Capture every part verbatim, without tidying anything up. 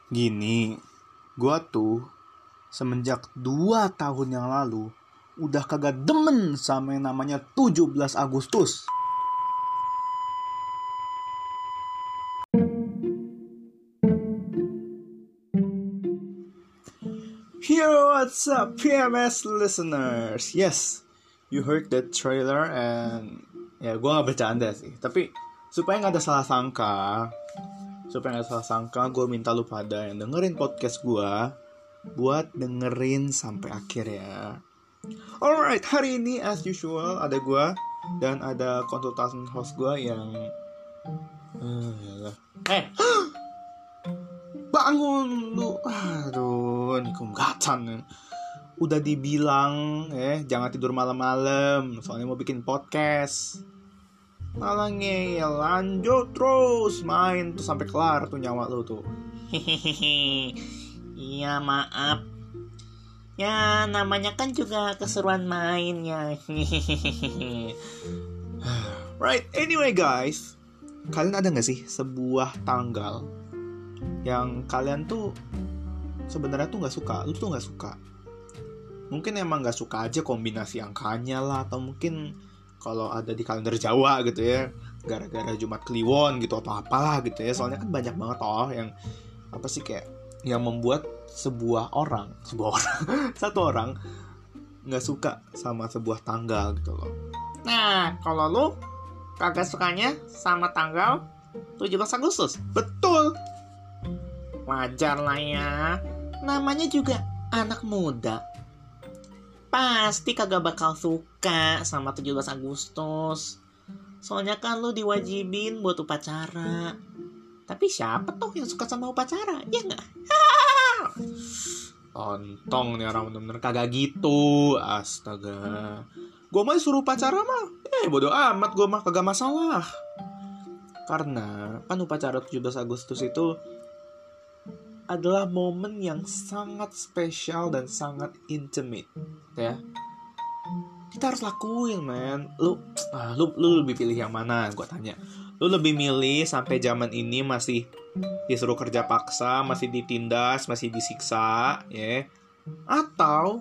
Gini, gua tuh semenjak dua tahun yang lalu udah kagak demen sama yang namanya tujuh belas Agustus. Yo, what's up P M S listeners? Yes, you heard the trailer and ya gua gak bercanda sih. Tapi supaya gak ada salah sangka Supaya gak ada salah sangka, gue minta lu pada yang dengerin podcast gue buat dengerin sampai akhir ya. Alright, hari ini as usual ada gue dan ada konsultan host gue yang uh, yalah. Eh bangun lu. Aduh, ini kumgatan. Udah dibilang eh jangan tidur malam-malam, soalnya mau bikin podcast. Malah ngeyel, lanjut terus main tuh sampai kelar tuh nyawa lu tuh. Hehehe. Iya, maaf. Ya, namanya kan juga keseruan mainnya. Right, anyway guys, kalian ada gak sih sebuah tanggal yang kalian tuh sebenarnya tuh gak suka, lu tuh gak suka? Mungkin emang gak suka aja kombinasi angkanya lah, atau mungkin kalau ada di kalender Jawa gitu ya, gara-gara Jumat Kliwon gitu atau apalah gitu ya. Soalnya kan banyak banget oh yang apa sih kayak yang membuat sebuah orang, sebuah orang, satu orang nggak suka sama sebuah tanggal gitu loh. Nah, kalau lu kagak sukanya sama tanggal tujuh belas Agustus. Betul. Wajar lah ya. Namanya juga anak muda. Pasti kagak bakal suka sama tujuh belas Agustus. Soalnya kan lu diwajibin buat upacara. Tapi siapa tuh yang suka sama upacara? Ya nggak? Ontong nih orang bener-bener kagak gitu. Astaga. Gue mah disuruh upacara mah Eh bodo amat, gue mah kagak masalah. Karena kan upacara tujuh belas Agustus itu adalah momen yang sangat spesial dan sangat intimate ya. Kita harus lakuin, man. Lu, ah, lu, lu lebih pilih yang mana? Gue tanya. Lu lebih milih sampai zaman ini masih disuruh kerja paksa, masih ditindas, masih disiksa, ya? Atau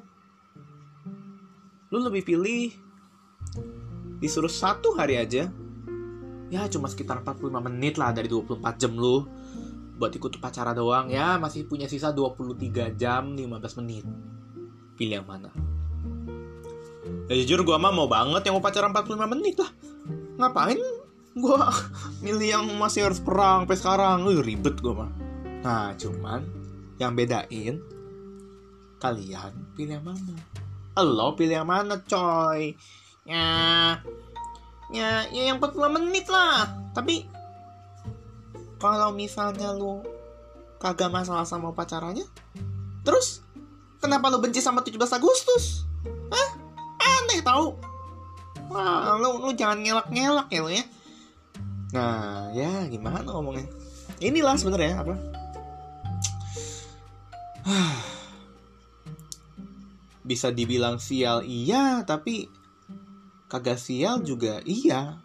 lu lebih pilih disuruh satu hari aja, ya cuma sekitar empat puluh lima menit lah dari dua puluh empat jam lu buat ikut upacara doang, ya masih punya sisa dua puluh tiga jam lima belas menit. Pilih yang mana? Ya jujur gue mah mau banget yang upacara empat puluh lima menit lah. Ngapain gue milih yang masih harus perang sampai sekarang? Uh, ribet gue mah. Nah cuman yang bedain, kalian pilih yang mana? Lo pilih yang mana coy? Ya, ya, ya yang empat puluh menit lah. Tapi kalau misalnya lu kagak masalah sama upacaranya, terus kenapa lu benci sama tujuh belas Agustus? Hah? Aneh tau. Wah, lu, lu jangan ngelak-ngelak ya lu ya. Nah, ya gimana ngomongnya? Inilah sebenarnya apa? Bisa dibilang sial iya, tapi kagak sial juga iya.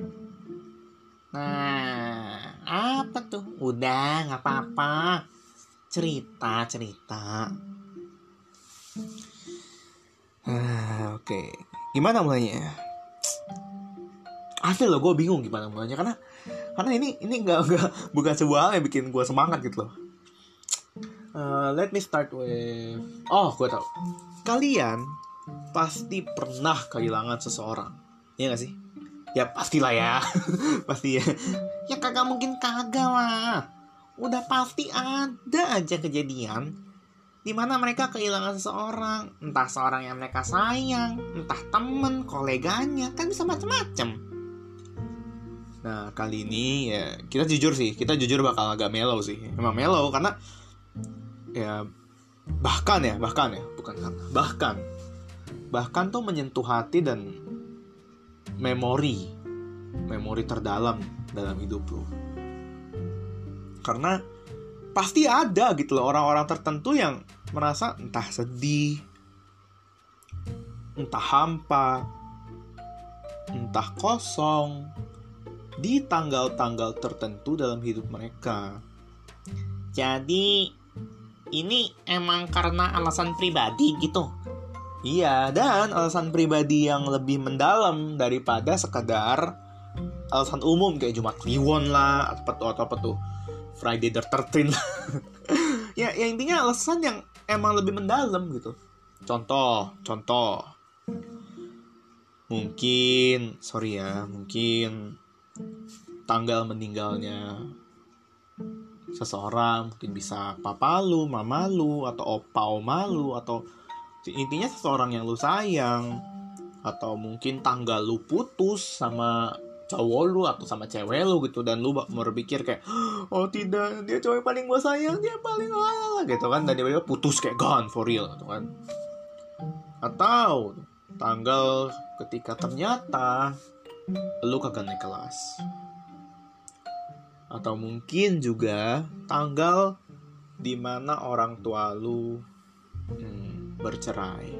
Nah, apa tuh? Udah, gak apa-apa. Cerita, cerita. Ah, oke. Okay. Gimana mulainya? Asli loh, gue bingung gimana mulainya karena karena ini ini nggak nggak bukan sebuah hal yang bikin gue semangat gitu loh. Uh, let me start with oh, gue tau. Kalian pasti pernah kehilangan seseorang, iya gak sih? Ya pastilah ya. Pasti ya. Ya kagak mungkin kagak lah. Udah pasti ada aja kejadian dimana mereka kehilangan seseorang. Entah seorang yang mereka sayang, entah temen, koleganya. Kan bisa macam-macam. Nah kali ini ya kita jujur sih, kita jujur bakal agak mellow sih. Emang mellow karena ya bahkan ya bahkan ya bukan karena bahkan bahkan tuh menyentuh hati dan memori memori terdalam dalam hidup lo. Karena pasti ada gitu loh orang-orang tertentu yang merasa entah sedih, entah hampa, entah kosong di tanggal-tanggal tertentu dalam hidup mereka. Jadi ini emang karena alasan pribadi gitu? Iya, dan alasan pribadi yang lebih mendalam daripada sekedar alasan umum kayak Jumat Kliwon lah, atau apa tuh, atau apa tuh Friday the thirteenth lah. ya, ya intinya alasan yang emang lebih mendalam gitu. Contoh, contoh. Mungkin, sorry ya, mungkin tanggal meninggalnya seseorang, mungkin bisa papa lu, mama lu, atau opa oma lu, atau intinya seseorang yang lu sayang, atau mungkin tanggal lu putus sama cowok lu atau sama cewek lu gitu, dan lu berpikir kayak, oh tidak, dia cowok yang paling gue sayang, dia paling ala gitu kan, dan dia putus kayak gone for real gitu kan. Atau tanggal ketika ternyata lu kagak naik kelas. Atau mungkin juga tanggal dimana orang tua lu hmm, bercerai.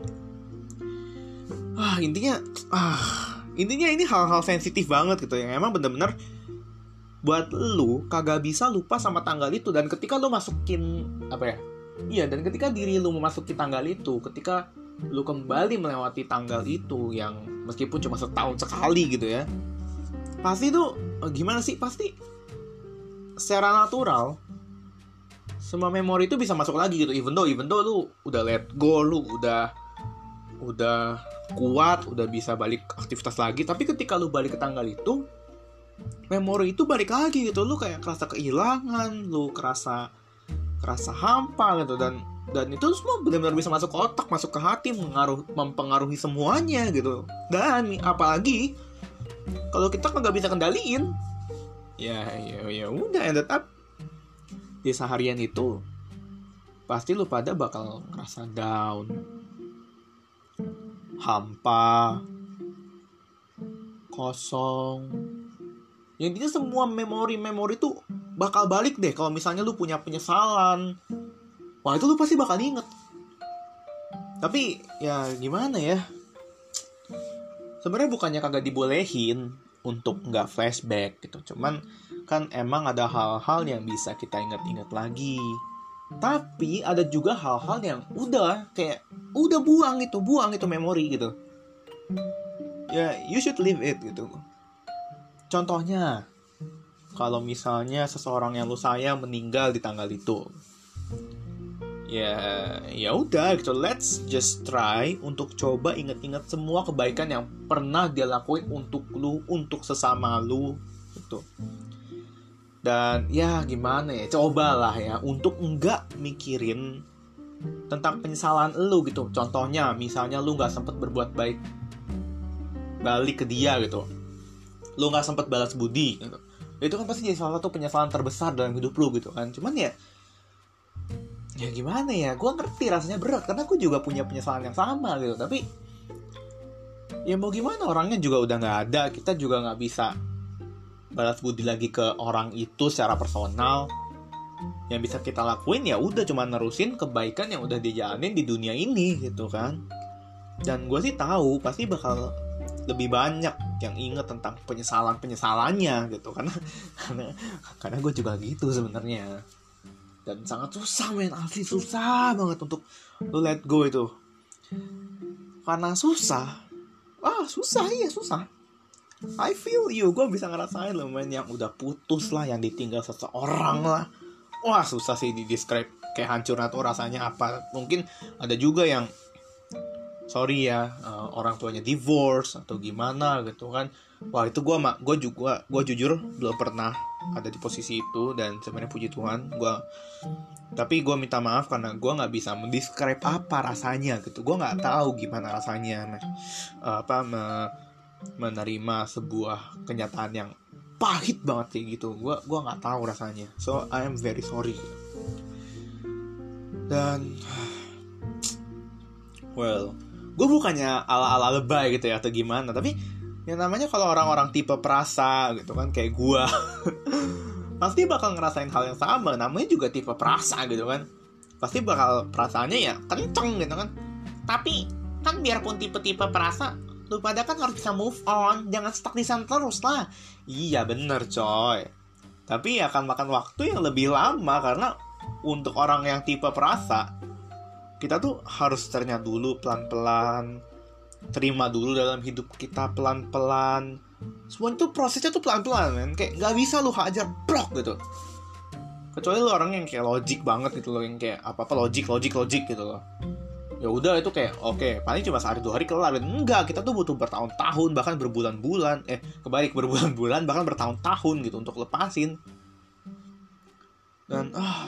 Ah intinya, ah intinya ini hal-hal sensitif banget gitu, yang emang bener-bener buat lu kagak bisa lupa sama tanggal itu. Dan ketika lu masukin apa ya? Iya, dan ketika diri lu memasuki tanggal itu, ketika lu kembali melewati tanggal itu yang meskipun cuma setahun sekali gitu ya, pasti tuh gimana sih? Pasti secara natural semua memori itu bisa masuk lagi gitu, even though even though lu udah let go, lu udah udah kuat, udah bisa balik aktivitas lagi, tapi ketika lu balik ke tanggal itu, memori itu balik lagi gitu. Lu kayak kerasa kehilangan, lu kerasa kerasa hampa gitu, dan dan itu semua benar-benar bisa masuk ke otak, masuk ke hati, mengaruh, mempengaruhi semuanya gitu. Dan apalagi kalau kita nggak bisa kendaliin, ya ya ya udah, ended up di seharian itu pasti lu pada bakal ngerasa down, hampa, kosong. Ya, intinya semua memori-memori tuh bakal balik deh. Kalau misalnya lu punya penyesalan, wah itu lu pasti bakal inget. Tapi ya gimana ya, sebenarnya bukannya kagak dibolehin untuk nggak flashback gitu, cuman kan emang ada hal-hal yang bisa kita ingat-ingat lagi. Tapi ada juga hal-hal yang udah kayak udah buang itu, buang itu memori gitu. Ya, you should leave it gitu. Contohnya, kalau misalnya seseorang yang lu sayang meninggal di tanggal itu, ya ya udah gitu, let's just try untuk coba inget-inget semua kebaikan yang pernah dia lakuin untuk lu, untuk sesama lu gitu. Dan ya gimana ya, cobalah ya untuk enggak mikirin tentang penyesalan lu gitu. Contohnya misalnya lu gak sempet berbuat baik balik ke dia gitu, lu gak sempet balas budi gitu, itu kan pasti jadi salah satu penyesalan terbesar dalam hidup lu gitu kan. Cuman ya ya gimana ya, gue ngerti rasanya berat karena gue juga punya penyesalan yang sama gitu. Tapi ya mau gimana, orangnya juga udah gak ada, kita juga gak bisa balas budi lagi ke orang itu secara personal. Yang bisa kita lakuin ya udah cuma nerusin kebaikan yang udah dijalanin di dunia ini gitu kan. Dan gue sih tahu pasti bakal lebih banyak yang inget tentang penyesalan-penyesalannya gitu, karena karena, karena gue juga gitu sebenarnya. Dan sangat susah men, asli susah banget untuk lu let go itu. Karena susah, ah susah iya susah. I feel you, gue bisa ngerasain loh men, yang udah putus lah, yang ditinggal seseorang lah. Wah susah sih di describe kayak hancurnya tuh rasanya apa. Mungkin ada juga yang sorry ya, uh, orang tuanya divorce atau gimana gitu kan. Wah itu gue gue juga gue jujur belum pernah ada di posisi itu, dan sebenarnya puji Tuhan gue, tapi gue minta maaf karena gue nggak bisa mendescribe apa rasanya gitu. Gue nggak tahu gimana rasanya uh, apa me, menerima sebuah kenyataan yang pahit banget kayak gitu. Gue gue nggak tahu rasanya, so I am very sorry. Dan well, gue bukannya ala-ala lebay gitu ya atau gimana, tapi yang namanya kalau orang-orang tipe perasa gitu kan kayak gue pasti bakal ngerasain hal yang sama. Namanya juga tipe perasa gitu kan, pasti bakal perasaannya ya kenceng gitu kan. Tapi kan biarpun tipe-tipe perasa, lu pada kan harus bisa move on, jangan stuck di sana terus lah. Iya bener coy, tapi akan makan waktu yang lebih lama karena untuk orang yang tipe perasa, kita tuh harus ternyata dulu pelan-pelan, terima dulu dalam hidup kita pelan-pelan. Semua itu prosesnya tuh pelan-pelan, men. Kayak nggak bisa lu hajar brok gitu. Kecuali lu orang yang kayak logik banget gitu loh, yang kayak apa-apa logik, logik, logik gitu loh. Ya udah itu kayak oke, okay, paling cuma sehari dua hari kelar. Enggak, kita tuh butuh bertahun-tahun, bahkan berbulan-bulan, eh kebalik berbulan-bulan, bahkan bertahun-tahun gitu untuk lepasin. Dan ah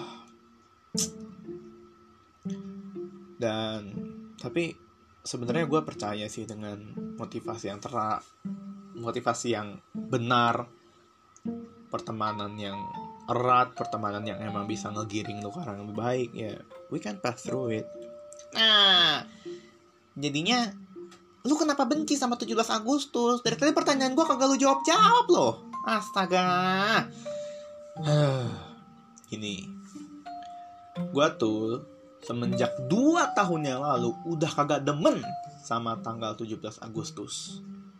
dan tapi sebenarnya gue percaya sih dengan motivasi yang terak, motivasi yang benar, pertemanan yang erat, pertemanan yang emang bisa ngegiring lu ke arah yang lebih baik. Ya, we can pass through it. Nah, jadinya lu kenapa benci sama tujuh belas Agustus? Dari tadi pertanyaan gue kagak lu jawab-jawab loh. Astaga. Ini gue tuh semenjak dua tahun yang lalu udah kagak demen sama tanggal tujuh belas Agustus.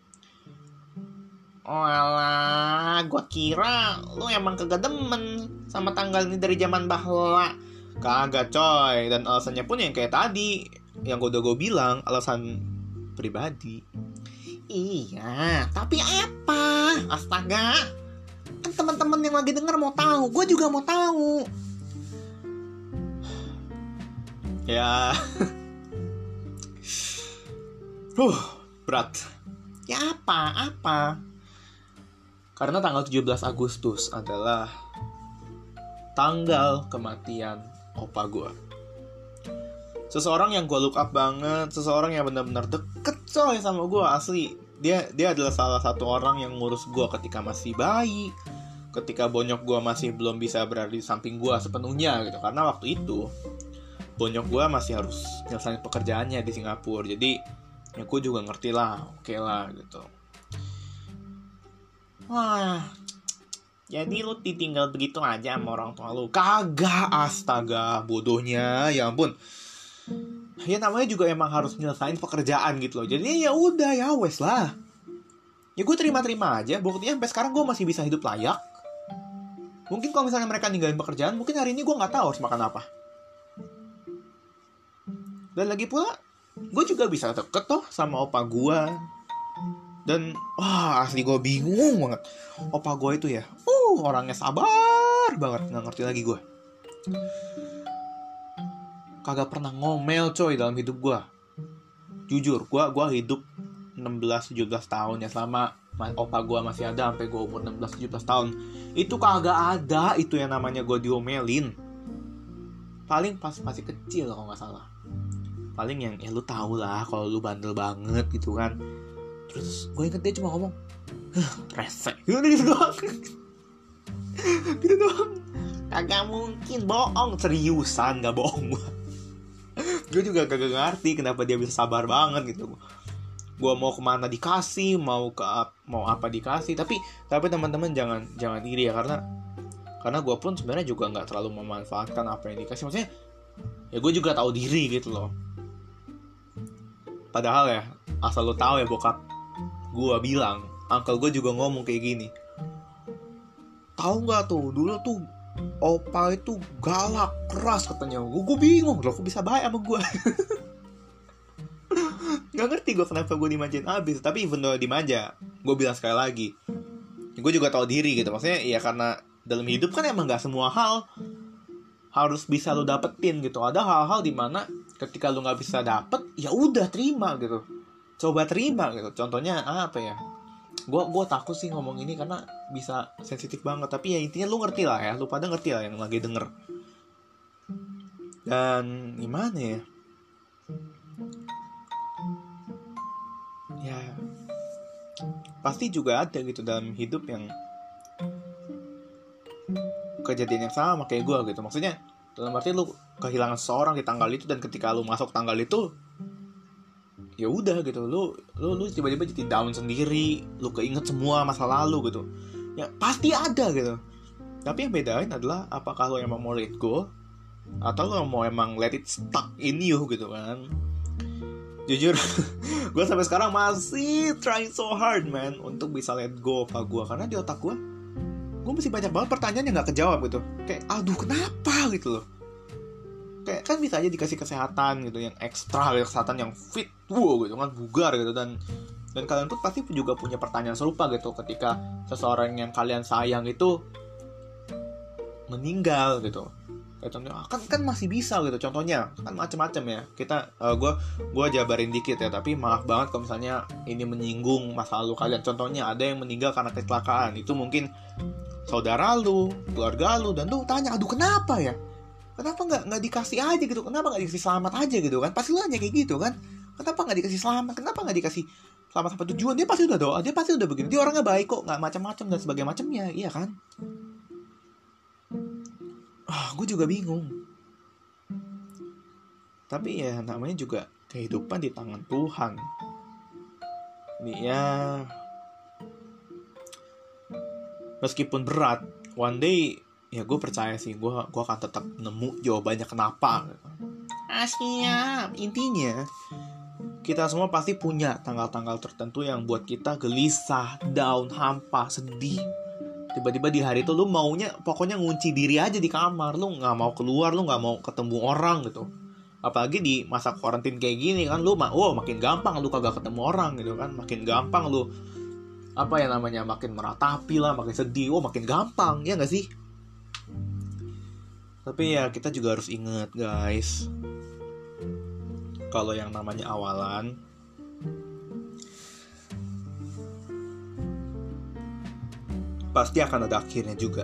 Oh alah, gue kira lu emang kagak demen sama tanggal ini dari zaman bahla. Kagak coy, dan alasannya pun yang kayak tadi, yang gue udah gue bilang, alasan pribadi. Iya, tapi apa? Astaga. Kan teman-teman yang lagi denger mau tahu, gue juga mau tahu. Ya, huh, berat. Ya apa, apa? Karena tanggal tujuh belas Agustus adalah tanggal kematian opa gue. Seseorang yang gue look up banget, seseorang yang benar-benar deket coy sama gue, asli. Dia dia adalah salah satu orang yang ngurus gue ketika masih bayi, ketika bonyok gue masih belum bisa berada di samping gue sepenuhnya gitu. Karena waktu itu bonyok gue masih harus nyelesain pekerjaannya di Singapura. Jadi ya gue juga ngerti lah, oke okay lah gitu. Wah, jadi lu ditinggal begitu aja sama orang tua lu? Kagak, astaga, bodohnya, ya ampun. Ya namanya juga emang harus nyelesain pekerjaan gitu loh. Jadi ya udah, ya wes lah. Ya gue terima-terima aja. Buktinya sampai sekarang gue masih bisa hidup layak. Mungkin kalau misalnya mereka ninggalin pekerjaan, mungkin hari ini gue nggak tahu harus makan apa. Dan lagi pula, gue juga bisa deket toh sama opa gue. Dan wah, asli gue bingung banget. Opa gue itu ya, uh orangnya sabar banget. Nggak ngerti lagi gue. Kagak pernah ngomel coy dalam hidup gue. Jujur, gue gua hidup enam belas tujuh belas tahun ya, selama opa gue masih ada sampai gue umur enam belas tujuh belas tahun. Itu kagak ada itu yang namanya gue diomelin. Paling pas masih kecil kalau nggak salah. Paling yang ya lu tau lah kalau lu bandel banget gitu kan. Terus gue inget dia cuma ngomong, huh, resek gitu, gitu doang. Gitu doang. Kagak mungkin, bohong. Seriusan, gak bohong gue. Gue juga kagak ngerti kenapa dia bisa sabar banget gitu. Gue mau kemana dikasih, mau ke mau apa dikasih. Tapi tapi teman-teman jangan jangan iri ya, karena karena gue pun sebenarnya juga nggak terlalu memanfaatkan apa yang dikasih. Maksudnya ya gue juga tahu diri gitu loh. Padahal ya, asal lo tahu ya bokap gue bilang, uncle gue juga ngomong kayak gini. Tahu nggak tuh, dulu tuh opa itu galak, keras katanya. Gue bingung loh, kok bisa baik sama gue. Gak ngerti gue kenapa gue dimanjain abis. Tapi even though dimanja, gue bilang sekali lagi, gue juga tahu diri gitu. Maksudnya ya karena dalam hidup kan emang gak semua hal harus bisa lo dapetin gitu. Ada hal-hal dimana ketika lo gak bisa dapet, ya udah terima gitu. Coba terima gitu. Contohnya apa ya? Gue gue takut sih ngomong ini karena bisa sensitif banget. Tapi ya intinya lu ngerti lah ya. Lu pada ngerti lah yang lagi denger. Dan gimana ya? Ya pasti juga ada gitu dalam hidup yang kejadian yang sama kayak gue gitu. Maksudnya dalam arti lu kehilangan seseorang di tanggal itu, dan ketika lu masuk tanggal itu, ya udah gitu, lu lu lu tiba-tiba jadi down sendiri, lu keinget semua masa lalu gitu. Ya pasti ada gitu. Tapi yang bedain adalah apakah lu emang mau let go atau lu mau emang let it stuck in you gitu kan. Jujur, gue sampai sekarang masih trying so hard man untuk bisa let go apa gue, karena di otak gue gue masih banyak banget pertanyaan yang nggak kejawab gitu. Kayak aduh kenapa gitu loh. kayak kan bisa aja dikasih kesehatan gitu, yang ekstra, kesehatan yang fit, wow gitu kan, bugar gitu. Dan dan kalian pun pasti juga punya pertanyaan serupa gitu ketika seseorang yang kalian sayang itu meninggal gitu. Contohnya kan kan masih bisa gitu, contohnya kan macam-macam ya. Kita uh, gue gue jabarin dikit ya, tapi maaf banget kalau misalnya ini menyinggung masa lalu kalian. Contohnya ada yang meninggal karena kecelakaan, itu mungkin saudara lu, keluarga lu, dan lu tanya, aduh kenapa ya, kenapa nggak nggak dikasih aja gitu, kenapa nggak dikasih selamat aja gitu kan, pasti lu nanya kayak gitu kan, kenapa nggak dikasih selamat, kenapa nggak dikasih selamat sampai tujuan, dia pasti udah doa, dia pasti udah begini, dia orangnya baik kok, nggak macam-macam dan sebagainya macamnya, iya kan. Ah, gue juga bingung. Tapi ya namanya juga kehidupan di tangan Tuhan. Ini ya, meskipun berat, one day ya gue percaya sih gue gue akan tetap nemu jawabannya kenapa. Ah siap. Intinya kita semua pasti punya tanggal-tanggal tertentu yang buat kita gelisah, down, hampa, sedih. Tiba-tiba di hari itu lu maunya pokoknya ngunci diri aja di kamar, lu nggak mau keluar, lu nggak mau ketemu orang gitu. Apalagi di masa karantin kayak gini kan, lu oh makin gampang lu kagak ketemu orang gitu kan, makin gampang lu apa ya namanya, makin meratapi lah, makin sedih, oh makin gampang, ya nggak sih? Tapi ya kita juga harus ingat guys, kalau yang namanya awalan pasti akan ada akhirnya juga.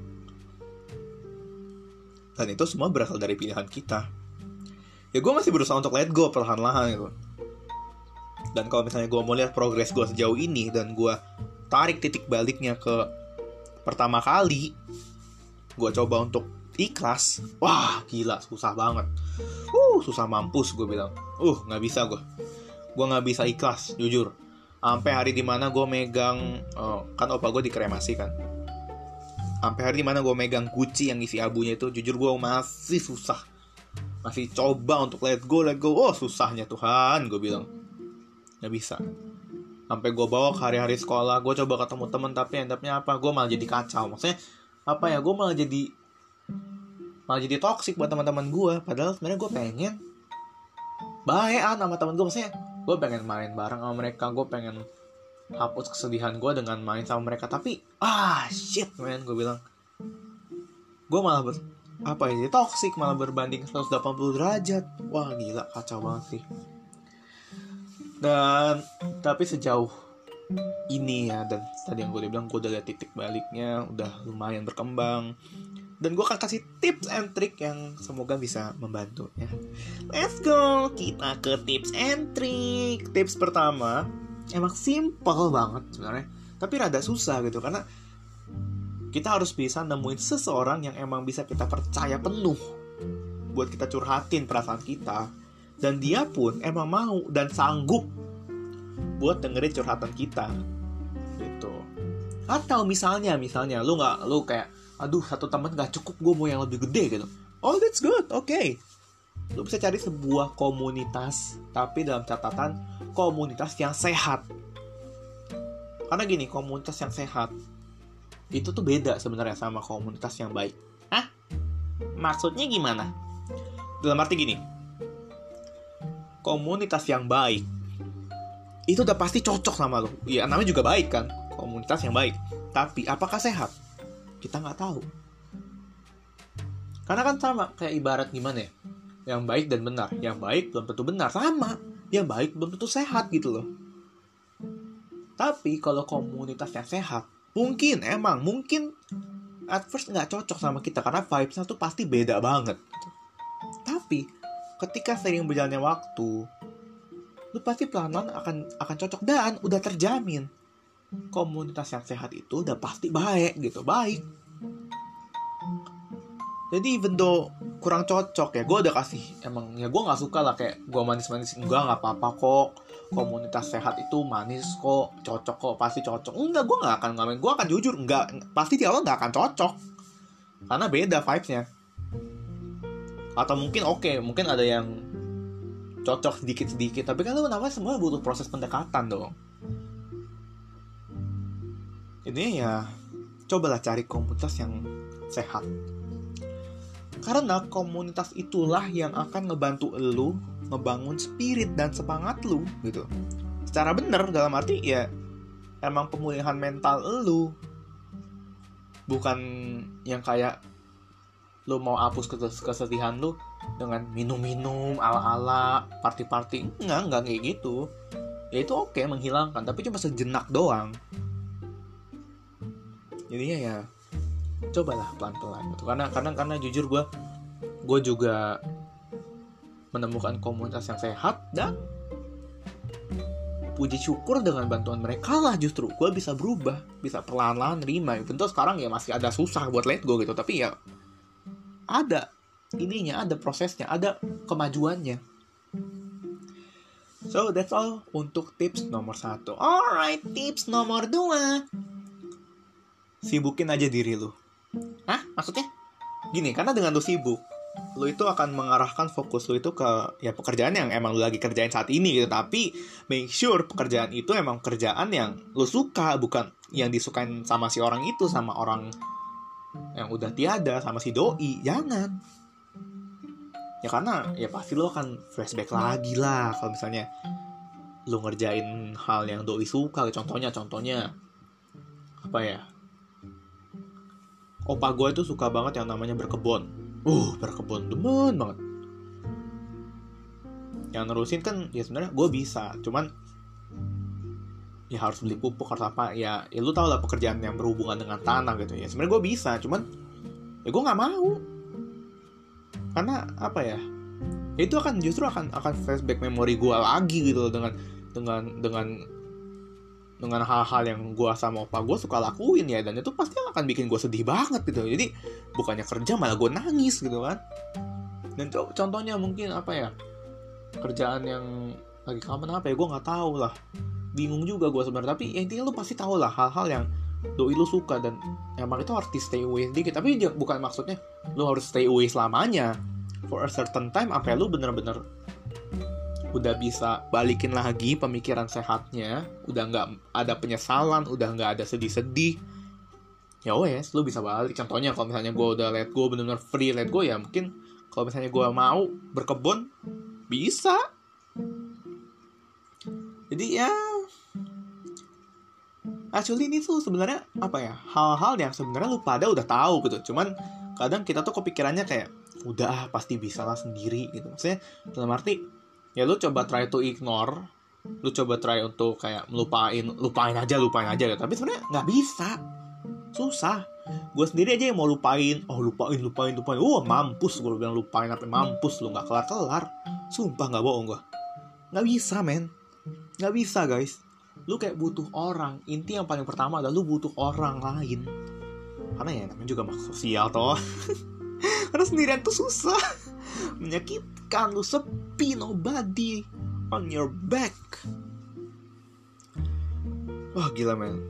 Dan itu semua berasal dari pilihan kita. Ya gue masih berusaha untuk let go perlahan-lahan gitu. Dan kalau misalnya gue mau lihat progres gue sejauh ini, dan gue tarik titik baliknya ke pertama kali gue coba untuk ikhlas, wah gila susah banget. Uh susah mampus gue bilang. Uh gak bisa gue. Gue gak bisa ikhlas, jujur. Sampai hari dimana gue megang oh, kan opa gue dikremasi kan. Sampai hari dimana gue megang guci yang isi abunya itu, jujur gue masih susah. Masih coba untuk let go, let go. Oh susahnya Tuhan, gue bilang. Gak bisa. Sampai gue bawa ke hari-hari sekolah, gue coba ketemu temen, tapi endapnya apa? Gue malah jadi kacau. Maksudnya apa ya? Gue malah jadi malah jadi toksik buat teman-teman gue. Padahal sebenarnya gue pengen baik sama temen gue. Maksudnya gue pengen main bareng sama mereka, gue pengen hapus kesedihan gue dengan main sama mereka. Tapi ah shit man, gue bilang gue malah ber, apa ya, toksik, malah berbanding seratus delapan puluh derajat. Wah gila, kacau banget sih. Dan tapi sejauh ini ya, dan tadi yang gue udah bilang, gue udah lihat titik baliknya, udah lumayan berkembang. Dan gue akan kasih tips and trick yang semoga bisa membantu ya. Let's go, kita ke tips and trick. Tips pertama emang simple banget sebenarnya, tapi rada susah gitu, karena kita harus bisa nemuin seseorang yang emang bisa kita percaya penuh buat kita curhatin perasaan kita, dan dia pun emang mau dan sanggup buat dengerin curhatan kita gitu. Atau misalnya misalnya lu nggak, lu kayak aduh satu teman gak cukup, gue mau yang lebih gede gitu. Oh that's good, oke okay. Lu bisa cari sebuah komunitas, tapi dalam catatan komunitas yang sehat. Karena gini, komunitas yang sehat itu tuh beda sebenarnya sama komunitas yang baik. Hah? Maksudnya gimana? Dalam arti gini, komunitas yang baik itu udah pasti cocok sama lu. Iya, namanya juga baik kan, komunitas yang baik. Tapi apakah sehat? Kita nggak tahu. Karena kan sama kayak ibarat gimana ya, yang baik dan benar. Yang baik belum tentu benar, sama. Yang baik belum tentu sehat gitu loh. Tapi kalau komunitas yang sehat, mungkin emang mungkin at first nggak cocok sama kita, karena vibes-nya tuh pasti beda banget. Tapi ketika sering berjalannya waktu, lu pasti pelan-pelan akan akan cocok, dan udah terjamin komunitas yang sehat itu udah pasti baik gitu, baik. Jadi even though kurang cocok ya, gue udah kasih, emang ya gue nggak suka lah kayak gue manis-manis, enggak nggak apa-apa kok, komunitas sehat itu manis kok, cocok kok, pasti cocok. Enggak, gue nggak akan ngalamin, gue akan jujur nggak, pasti di awal nggak akan cocok karena beda vibes-nya. Atau mungkin oke, okay, mungkin ada yang cocok sedikit-sedikit, tapi kan lu namanya semua butuh proses pendekatan dong. Ini ya cobalah cari komunitas yang sehat. Karena komunitas itulah yang akan ngebantu elu ngebangun spirit dan semangat lu gitu. Secara bener, dalam arti ya emang pemulihan mental elu. Bukan yang kayak lu mau hapus kesedihan lu dengan minum-minum ala-ala party-party. Enggak, enggak kayak gitu. Ya itu oke menghilangkan, tapi cuma sejenak doang. Jadinya ya cobalah pelan-pelan gitu. Karena karena karena jujur gue gue juga menemukan komunitas yang sehat, dan puji syukur dengan bantuan mereka lah justru gue bisa berubah, bisa perlahan-lahan nerima. Tentu sekarang ya masih ada susah buat let go gitu, tapi ya ada ininya, ada prosesnya, ada kemajuannya. So that's all untuk tips nomor satu. Alright, tips nomor dua, sibukin aja diri lu. Hah? Maksudnya? Gini, karena dengan lu sibuk, lu itu akan mengarahkan fokus lu itu ke ya pekerjaan yang emang lu lagi kerjain saat ini gitu. Tapi make sure pekerjaan itu emang kerjaan yang lu suka, bukan yang disukain sama si orang itu, sama orang yang udah tiada, sama si doi. Jangan. Ya karena ya pasti lu akan flashback lagi lah kalau misalnya lu ngerjain hal yang doi suka. Contohnya, contohnya apa ya? Opa gue tuh suka banget yang namanya berkebun. Uh, berkebun demen banget. Yang nerusin kan ya sebenarnya gue bisa, cuman ya harus beli pupuk atau apa. Ya, ya lu tau lah pekerjaan yang berhubungan dengan tanah gitu ya. Sebenarnya gue bisa, cuman ya gue nggak mau. Karena apa ya? Ya itu akan justru akan akan flashback memori gue lagi gitu loh, dengan dengan dengan dengan hal-hal yang gue sama opa gue suka lakuin ya, dan itu pasti akan bikin gue sedih banget gitu. Jadi bukannya kerja malah gue nangis gitu kan. Dan co- contohnya mungkin apa ya, kerjaan yang lagi kapan apa ya, gue nggak tahu lah, bingung juga gue sebenarnya. Tapi ya intinya lu pasti tahu lah hal-hal yang doi lu suka, dan emang itu harus di stay away sedikit. Tapi bukan maksudnya lu harus stay away selamanya. For a certain time, apa ya, lu bener-bener udah bisa balikin lagi pemikiran sehatnya, udah nggak ada penyesalan, udah nggak ada sedih-sedih, ya wes lu bisa balik. Contohnya kalau misalnya gue udah let go, benar-benar free let go, ya mungkin kalau misalnya gue mau berkebun bisa. Jadi ya actually ini tuh sebenarnya apa ya, hal-hal yang sebenarnya lu pada udah tahu gitu, cuman kadang kita tuh kepikirannya kayak udah pasti bisa lah sendiri gitu. Maksudnya dalam arti ya lu coba try to ignore, lu coba try untuk kayak melupain, lupain aja, lupain aja gitu. Tapi sebenarnya nggak bisa, susah. Gue sendiri aja yang mau lupain, oh lupain, lupain, lupain, oh mampus, gue bilang lupain apa mampus, lu nggak kelar kelar, sumpah nggak bohong gue, nggak bisa men, nggak bisa guys. Lu kayak butuh orang. Inti yang paling pertama adalah lu butuh orang lain, karena ya namanya juga makhluk sosial toh. Karena sendirian tuh susah, menyakitkan, lu sepi, nobody on your back. Wah gila men.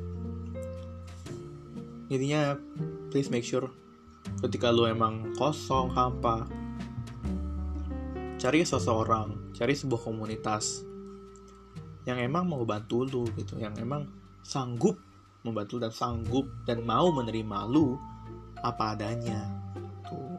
Jadinya please make sure ketika lu emang kosong, hampa, cari seseorang, cari sebuah komunitas yang emang mau bantu lu gitu, yang emang sanggup membantu dan sanggup dan mau menerima lu apa adanya tuh.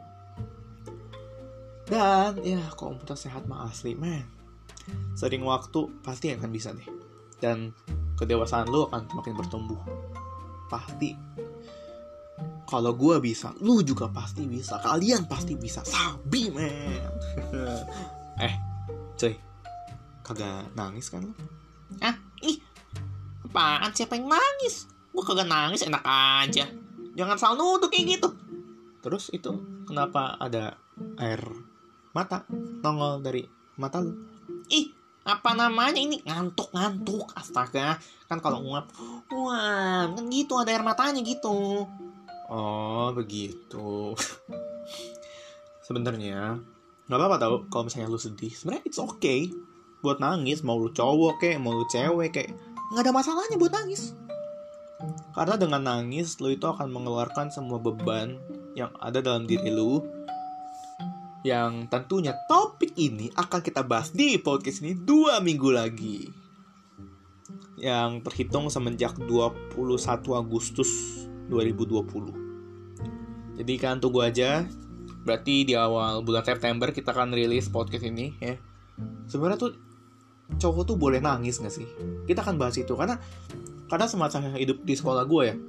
Dan ya komunitas sehat mah asli man, sering waktu pasti akan bisa deh, dan kedewasaan lu akan semakin bertumbuh pasti. Kalau gue bisa, lu juga pasti bisa, kalian pasti bisa, sabi man. Eh cuy, kagak nangis kan lu? Ah, ih, apaan, siapa yang nangis? Gue kagak nangis, enak aja. Jangan selalu nuduh kayak gitu. Terus itu kenapa ada air mata nongol dari mata lu? Ih, apa namanya ini, ngantuk-ngantuk, astaga. Kan kalau nguap, wah, kan gitu, ada air matanya gitu. Oh begitu. Sebenarnya nggak apa-apa tau kalau misalnya lu sedih. Sebenarnya it's okay buat nangis, mau lu cowok kek, mau lu cewek kek, nggak ada masalahnya buat nangis. Karena dengan nangis lu itu akan mengeluarkan semua beban yang ada dalam diri lu, yang tentunya topik ini akan kita bahas di podcast ini dua minggu lagi, yang terhitung semenjak dua puluh satu Agustus dua ribu dua puluh. Jadi kan tunggu aja Berarti di awal bulan September kita akan rilis podcast ini ya. Sebenarnya tuh cowok tuh boleh nangis gak sih? Kita akan bahas itu karena karena semasa hidup di sekolah gue ya,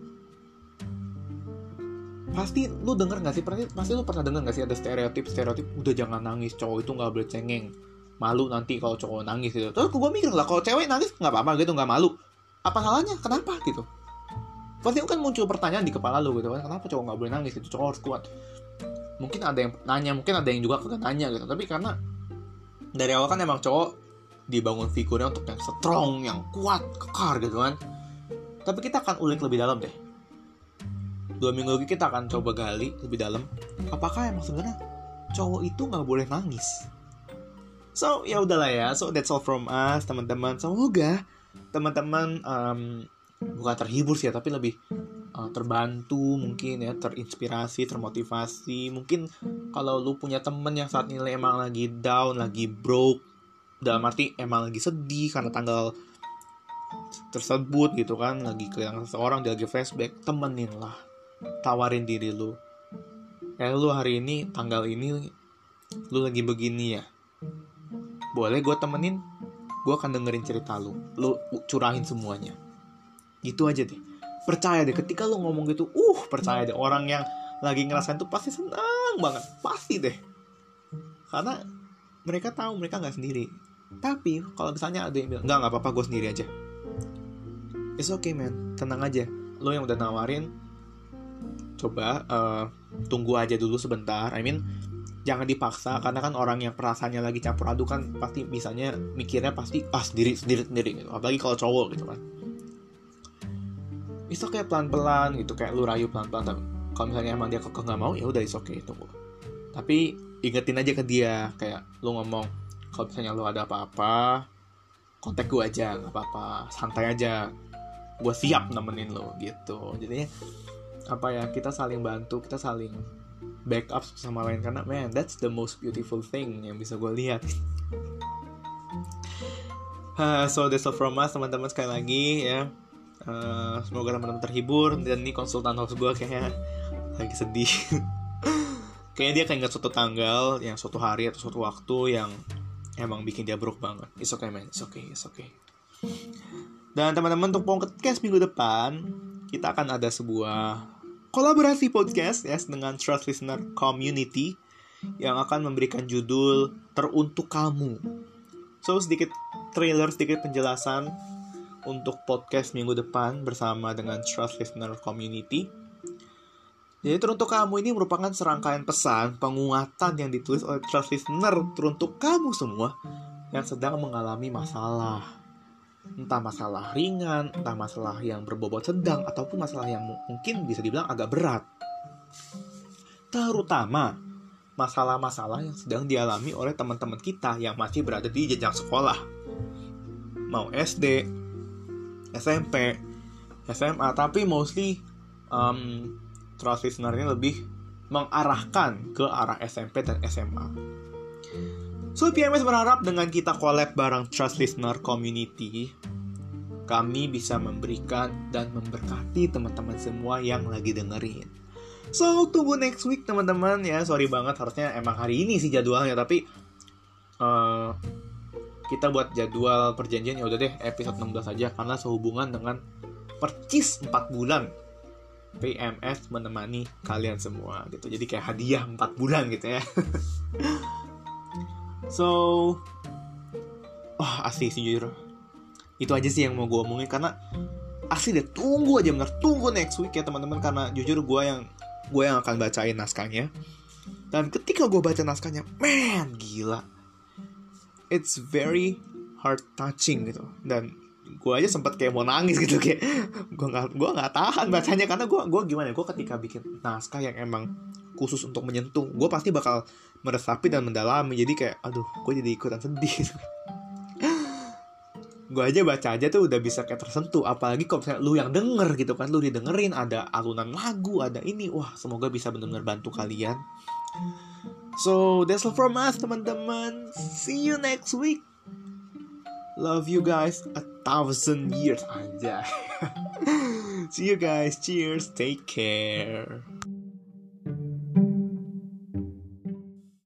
pasti lu denger gak sih? Pasti, pasti lu pernah denger gak sih ada stereotip-stereotip udah jangan nangis, cowok itu gak boleh cengeng, malu nanti kalau cowok nangis gitu. Terus gue mikir lah, kalau cewek nangis gak apa-apa gitu, gak malu, apa salahnya? Kenapa gitu? Pasti kan muncul pertanyaan di kepala lu gitu kan, kenapa cowok gak boleh nangis gitu, cowok harus kuat. Mungkin ada yang nanya, mungkin ada yang juga kagak nanya gitu. Tapi karena dari awal kan emang cowok dibangun figurnya untuk yang strong, yang kuat, kekar gitu kan. Tapi kita akan ulik lebih dalam deh. Dua minggu lagi kita akan coba gali lebih dalam, apakah emang sebenarnya cowok itu nggak boleh nangis. So ya udahlah ya. So that's all from us teman-teman. Semoga teman-teman um, bukan terhibur sih ya, tapi lebih uh, terbantu mungkin ya, terinspirasi, termotivasi. Mungkin kalau lu punya temen yang saat ini emang lagi down, lagi broke, dalam arti emang lagi sedih karena tanggal tersebut gitu kan, lagi kehilangan seseorang, dia lagi flashback, temenin lah, tawarin diri lu, eh lu hari ini tanggal ini lu lagi begini ya, boleh gue temenin, gue akan dengerin cerita lu, lu curahin semuanya, gitu aja deh. Percaya deh, ketika lu ngomong gitu, uh percaya deh, orang yang lagi ngerasain tuh pasti senang banget, pasti deh, karena mereka tahu mereka nggak sendiri. Tapi kalau misalnya ada yang bilang nggak nggak apa-apa, gue sendiri aja, it's okay man, tenang aja. Lo yang udah nawarin, coba uh, tunggu aja dulu sebentar. I mean, jangan dipaksa, karena kan orang yang perasaannya lagi campur aduk kan pasti misalnya mikirnya pasti ah sendiri sendiri sendiri gitu. Apalagi kalau cowok gitu kan. It's okay pelan-pelan gitu, kayak lu rayu pelan-pelan. Kalau misalnya emang dia kekeh nggak mau, ya udah it's okay, tunggu. Tapi ingetin aja ke dia, kayak lu ngomong, kalau misalnya lu ada apa-apa, kontak gue aja, nggak apa-apa, santai aja, gue siap nemenin lo gitu. Jadinya apa ya, kita saling bantu, kita saling backup sama lain, karena man, that's the most beautiful thing yang bisa gue lihat. uh, so that's all from us teman-teman, sekali lagi ya. Uh, semoga teman-teman terhibur. Dan ini konsultan host gue kayaknya lagi sedih. Kayaknya dia keinget suatu tanggal, yang suatu hari atau suatu waktu yang emang bikin dia broke banget. It's okay man, it's okay, it's okay. Dan teman-teman, untuk podcast minggu depan kita akan ada sebuah kolaborasi podcast ya dengan Trust Listener Community yang akan memberikan judul Teruntuk Kamu. So sedikit trailer, sedikit penjelasan untuk podcast minggu depan bersama dengan Trust Listener Community. Jadi Teruntuk Kamu ini merupakan serangkaian pesan penguatan yang ditulis oleh Trust Listener teruntuk kamu semua yang sedang mengalami masalah. Entah masalah ringan, entah masalah yang berbobot sedang, ataupun masalah yang mungkin bisa dibilang agak berat. Terutama masalah-masalah yang sedang dialami oleh teman-teman kita yang masih berada di jenjang sekolah. Mau S D, S M P, S M A, tapi mostly um, Trust Listener-nya lebih mengarahkan ke arah S M P dan S M A. So, P M S berharap dengan kita collab bareng Trust Listener Community, kami bisa memberikan dan memberkati teman-teman semua yang lagi dengerin. So, tunggu next week teman-teman ya. Sorry banget, harusnya emang hari ini sih jadwalnya, tapi uh, kita buat jadwal perjanjian ya udah deh episode enam belas aja, karena sehubungan dengan percis empat bulan P M S menemani kalian semua gitu. Jadi kayak hadiah empat bulan gitu ya. So, oh asli sih jujur, itu aja sih yang mau gue omongin, karena asli deh, tunggu aja bener, tunggu next week ya teman-teman, karena jujur gue yang gue yang akan bacain naskahnya. Dan ketika gue baca naskahnya, man gila, it's very heart touching gitu. Dan gue aja sempat kayak mau nangis gitu, kayak gue nggak gue nggak tahan bacanya, karena gue gue gimana gue ketika bikin naskah yang emang khusus untuk menyentuh, gue pasti bakal meresapi dan mendalami. Jadi kayak aduh, gue jadi ikutan sedih. Gue aja baca aja tuh udah bisa kayak tersentuh, apalagi kalau misalnya lu yang denger gitu kan, lu didengerin ada alunan lagu, ada ini, wah semoga bisa benar-benar bantu kalian. So that's all from us teman-teman, see you next week. Love you guys a thousand years aja. See you guys, cheers, take care.